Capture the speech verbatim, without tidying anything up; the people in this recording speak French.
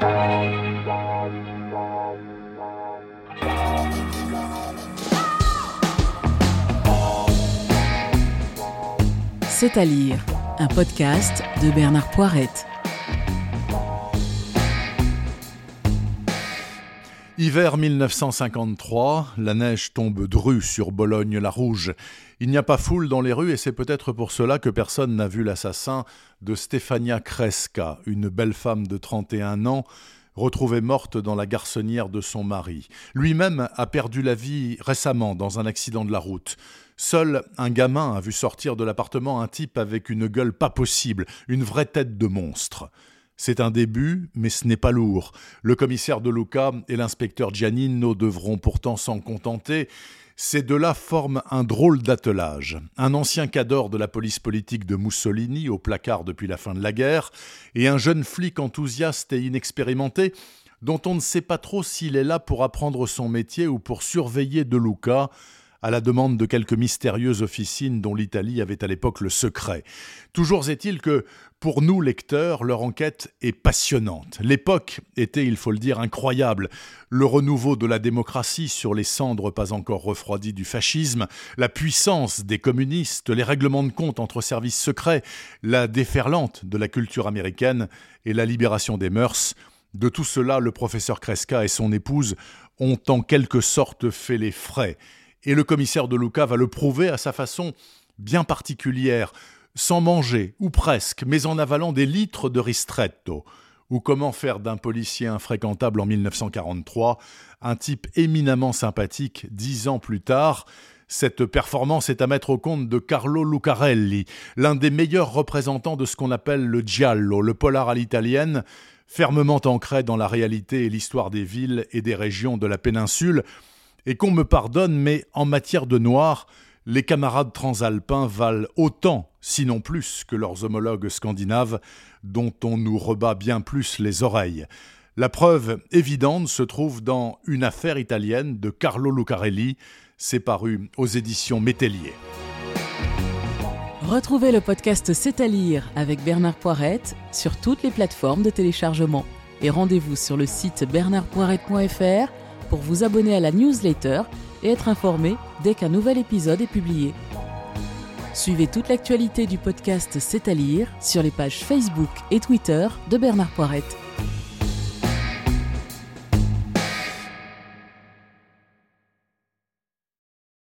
C'est à lire, un podcast de Bernard Poirette. Hiver mille neuf cent cinquante-trois, la neige tombe drue sur Bologne-la-Rouge. Il n'y a pas foule dans les rues et c'est peut-être pour cela que personne n'a vu l'assassin de Stefania Cresca, une belle femme de trente et un ans, retrouvée morte dans la garçonnière de son mari. Lui-même a perdu la vie récemment dans un accident de la route. Seul un gamin a vu sortir de l'appartement un type avec une gueule pas possible, une vraie tête de monstre. C'est un début, mais ce n'est pas lourd. Le commissaire De Luca et l'inspecteur Giannino devront pourtant s'en contenter. Ces deux-là forment un drôle d'attelage. Un ancien cadre de la police politique de Mussolini, au placard depuis la fin de la guerre, et un jeune flic enthousiaste et inexpérimenté, dont on ne sait pas trop s'il est là pour apprendre son métier ou pour surveiller De Luca, à la demande de quelques mystérieuses officines dont l'Italie avait à l'époque le secret. Toujours est-il que, pour nous lecteurs, leur enquête est passionnante. L'époque était, il faut le dire, incroyable. Le renouveau de la démocratie sur les cendres pas encore refroidies du fascisme, la puissance des communistes, les règlements de compte entre services secrets, la déferlante de la culture américaine et la libération des mœurs. De tout cela, le professeur Cresca et son épouse ont en quelque sorte fait les frais. Et le commissaire De Luca va le prouver à sa façon bien particulière, sans manger, ou presque, mais en avalant des litres de ristretto. Ou comment faire d'un policier infréquentable en mille neuf cent quarante-trois un type éminemment sympathique dix ans plus tard. Cette performance est à mettre au compte de Carlo Lucarelli, l'un des meilleurs représentants de ce qu'on appelle le giallo, le polar à l'italienne, fermement ancré dans la réalité et l'histoire des villes et des régions de la péninsule. Et qu'on me pardonne, mais en matière de noir, les camarades transalpins valent autant, sinon plus, que leurs homologues scandinaves, dont on nous rebat bien plus les oreilles. La preuve évidente se trouve dans Une affaire italienne de Carlo Lucarelli, c'est paru aux éditions Métellier. Retrouvez le podcast C'est à lire avec Bernard Poirette sur toutes les plateformes de téléchargement. Et rendez-vous sur le site bernard poirette point f r pour vous abonner à la newsletter et être informé dès qu'un nouvel épisode est publié. Suivez toute l'actualité du podcast C'est à lire sur les pages Facebook et Twitter de Bernard Poirette.